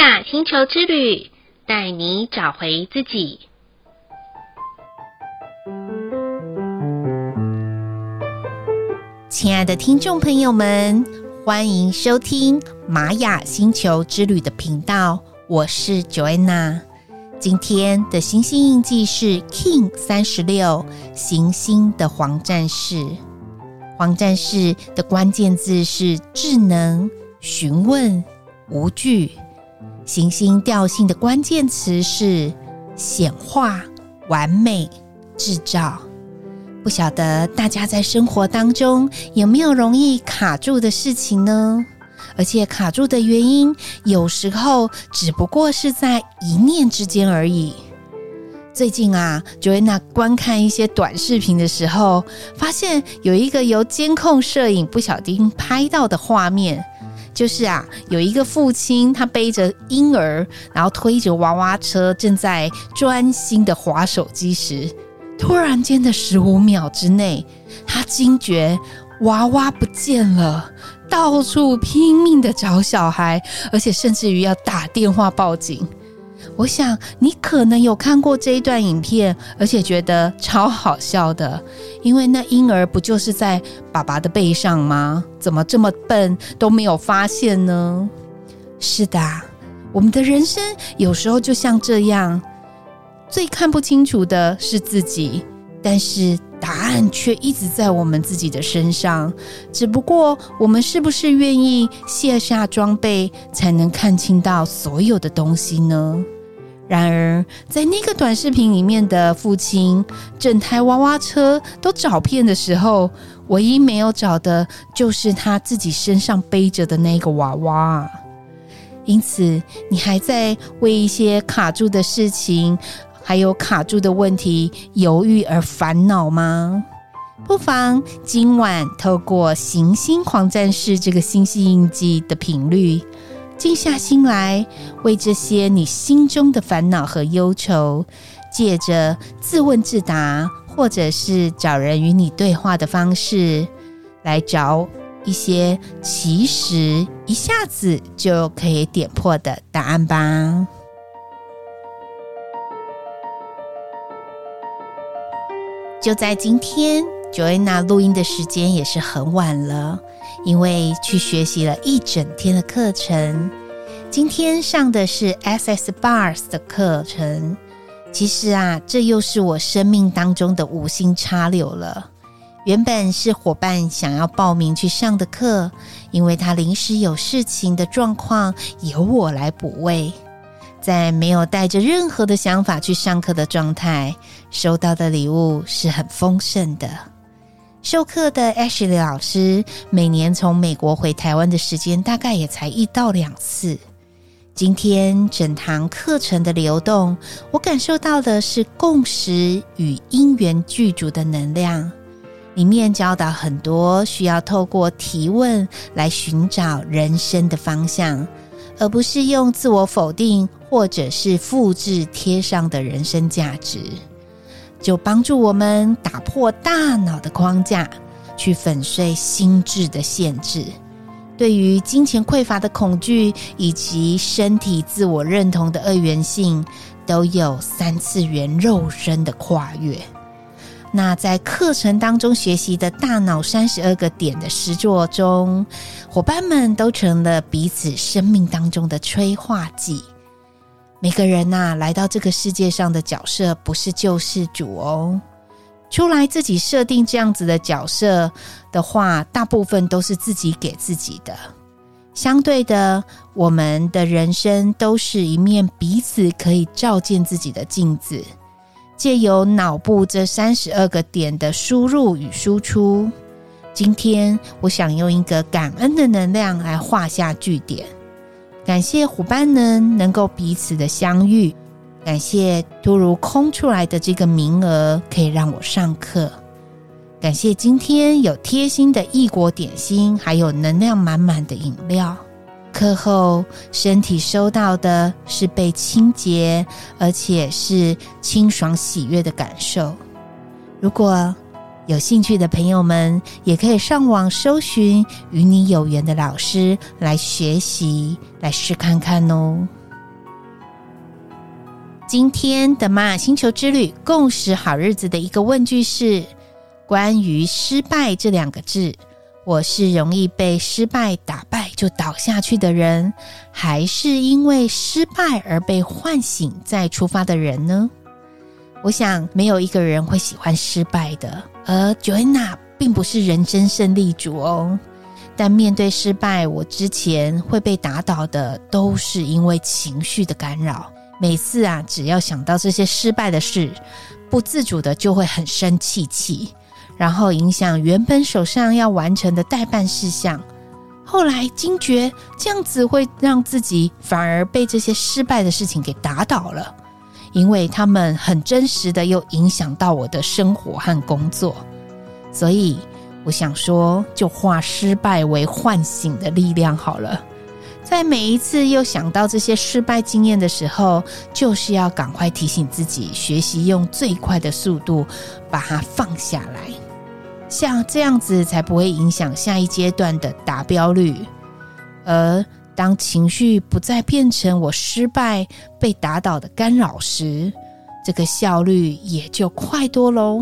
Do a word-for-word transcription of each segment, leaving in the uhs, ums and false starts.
雅星球之旅，带你找回自己。 亲爱的听众朋友们，欢迎收听玛雅星球之旅的频道，我是 Joanna。 今天的星星印记是 King 三十六，行星的黄战士。黄战士的关键字是智能、询问、无惧。行星调性的关键词是显化、完美、制造。不晓得大家在生活当中有没有容易卡住的事情呢？而且卡住的原因有时候只不过是在一念之间而已。最近啊 Joanna 观看一些短视频的时候，发现有一个由监控摄影不小心拍到的画面，就是啊，有一个父亲他背着婴儿，然后推着娃娃车，正在专心的滑手机时，突然间的十五秒之内，他惊觉娃娃不见了，到处拼命的找小孩，而且甚至于要打电话报警。我想你可能有看过这一段影片，而且觉得超好笑的，因为那婴儿不就是在爸爸的背上吗？怎么这么笨都没有发现呢？是的，我们的人生有时候就像这样，最看不清楚的是自己，但是答案却一直在我们自己的身上，只不过我们是不是愿意卸下装备，才能看清到所有的东西呢？然而在那个短视频里面的父亲，整台娃娃车都找遍的时候，唯一没有找的就是他自己身上背着的那个娃娃。因此你还在为一些卡住的事情还有卡住的问题犹豫而烦恼吗？不妨今晚透过行星黄战士这个星系印记的频率，静下心来，为这些你心中的烦恼和忧愁，借着自问自答，或者是找人与你对话的方式，来找一些其实一下子就可以点破的答案吧。就在今天 Joanna 录音的时间也是很晚了，因为去学习了一整天的课程。今天上的是 S S Bars 的课程，其实啊，这又是我生命当中的无心插柳了。原本是伙伴想要报名去上的课，因为他临时有事情的状况，由我来补位。在没有带着任何的想法去上课的状态，收到的礼物是很丰盛的。授课的 Ashley 老师每年从美国回台湾的时间大概也才一到两次。今天整堂课程的流动，我感受到的是共识与因缘具足的能量。里面教导很多需要透过提问来寻找人生的方向，而不是用自我否定或者是复制贴上的人生价值，就帮助我们打破大脑的框架，去粉碎心智的限制。对于金钱匮乏的恐惧以及身体自我认同的二元性，都有三次元肉身的跨越。那在课程当中学习的大脑三十二个点的实作中，伙伴们都成了彼此生命当中的催化剂。每个人啊，来到这个世界上的角色不是救世主哦，出来自己设定这样子的角色的话，大部分都是自己给自己的。相对的，我们的人生都是一面彼此可以照见自己的镜子，借由脑部这三十二个点的输入与输出。今天我想用一个感恩的能量来画下句点，感谢伙伴们能够彼此的相遇，感谢突如空出来的这个名额可以让我上课，感谢今天有贴心的异国点心，还有能量满满的饮料。课后身体收到的是被清洁而且是清爽喜悦的感受。如果有兴趣的朋友们也可以上网搜寻与你有缘的老师来学习，来试看看哦。 今天的玛雅星球之旅共识好日子的一个问句是：关于失败这两个字，我是容易被失败打败就倒下去的人，还是因为失败而被唤醒再出发的人呢？我想没有一个人会喜欢失败的，而 Joanna 并不是人生胜利组哦。但面对失败，我之前会被打倒的都是因为情绪的干扰。每次啊，只要想到这些失败的事，不自主的就会很生气气，然后影响原本手上要完成的待办事项。后来惊觉这样子会让自己反而被这些失败的事情给打倒了，因为他们很真实的又影响到我的生活和工作。所以我想说，就化失败为唤醒的力量好了。在每一次又想到这些失败经验的时候，就是要赶快提醒自己，学习用最快的速度把它放下来，像这样子才不会影响下一阶段的达标率。而当情绪不再变成我失败被打倒的干扰时，这个效率也就快多咯。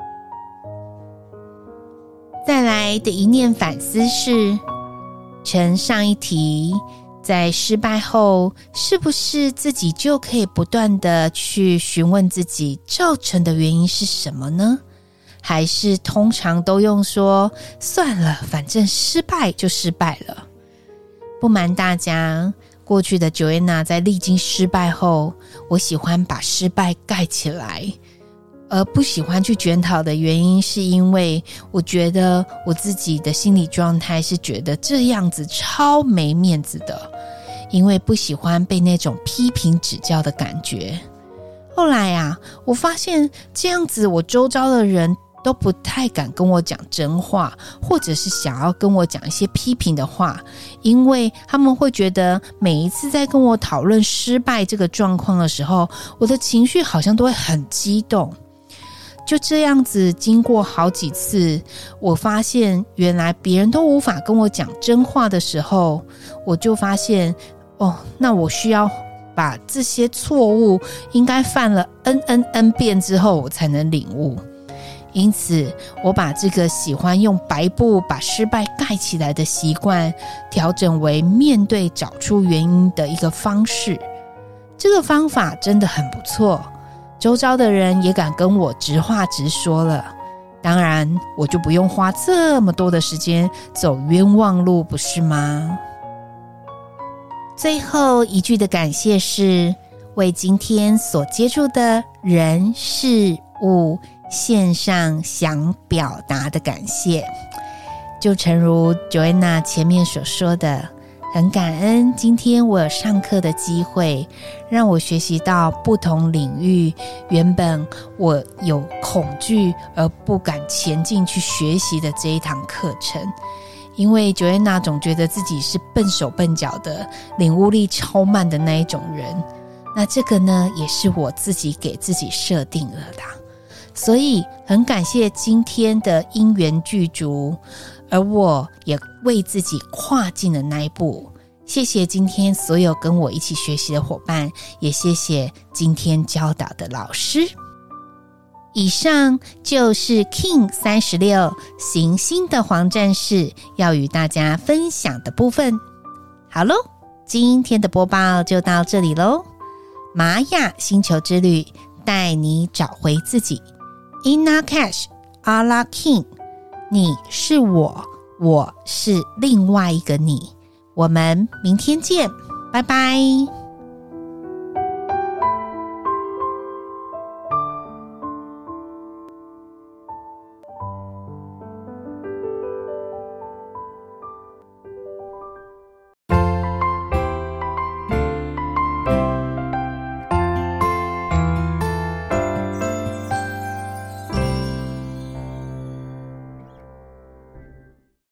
再来的一念反思是，承上一题，在失败后是不是自己就可以不断的去询问自己造成的原因是什么呢？还是通常都用说算了，反正失败就失败了。不瞒大家，过去的 Joanna 在历经失败后，我喜欢把失败盖起来，而不喜欢去检讨的原因是因为我觉得我自己的心理状态是觉得这样子超没面子的，因为不喜欢被那种批评指教的感觉。后来啊，我发现这样子我周遭的人都不太敢跟我讲真话，或者是想要跟我讲一些批评的话，因为他们会觉得每一次在跟我讨论失败这个状况的时候，我的情绪好像都会很激动。就这样子经过好几次，我发现原来别人都无法跟我讲真话的时候，我就发现哦，那我需要把这些错误应该犯了 n n n 遍之后我才能领悟。因此我把这个喜欢用白布把失败盖起来的习惯调整为面对找出原因的一个方式。这个方法真的很不错，周遭的人也敢跟我直话直说了，当然我就不用花这么多的时间走冤枉路，不是吗？最后一句的感谢是为今天所接触的人事物献上想表达的感谢。就诚如 Joanna 前面所说的，很感恩今天我有上课的机会，让我学习到不同领域原本我有恐惧而不敢前进去学习的这一堂课程。因为 Joanna 总觉得自己是笨手笨脚的，领悟力超慢的那一种人，那这个呢也是我自己给自己设定了的。所以很感谢今天的因缘具足，而我也为自己跨进了那一步。谢谢今天所有跟我一起学习的伙伴，也谢谢今天教导的老师。以上就是 King 三十六 行星的黄战士要与大家分享的部分。好咯，今天的播报就到这里咯。玛雅星球之旅，带你找回自己。Inna Cash Ala King， 你是我，我是另外一个你。我们明天见，拜拜。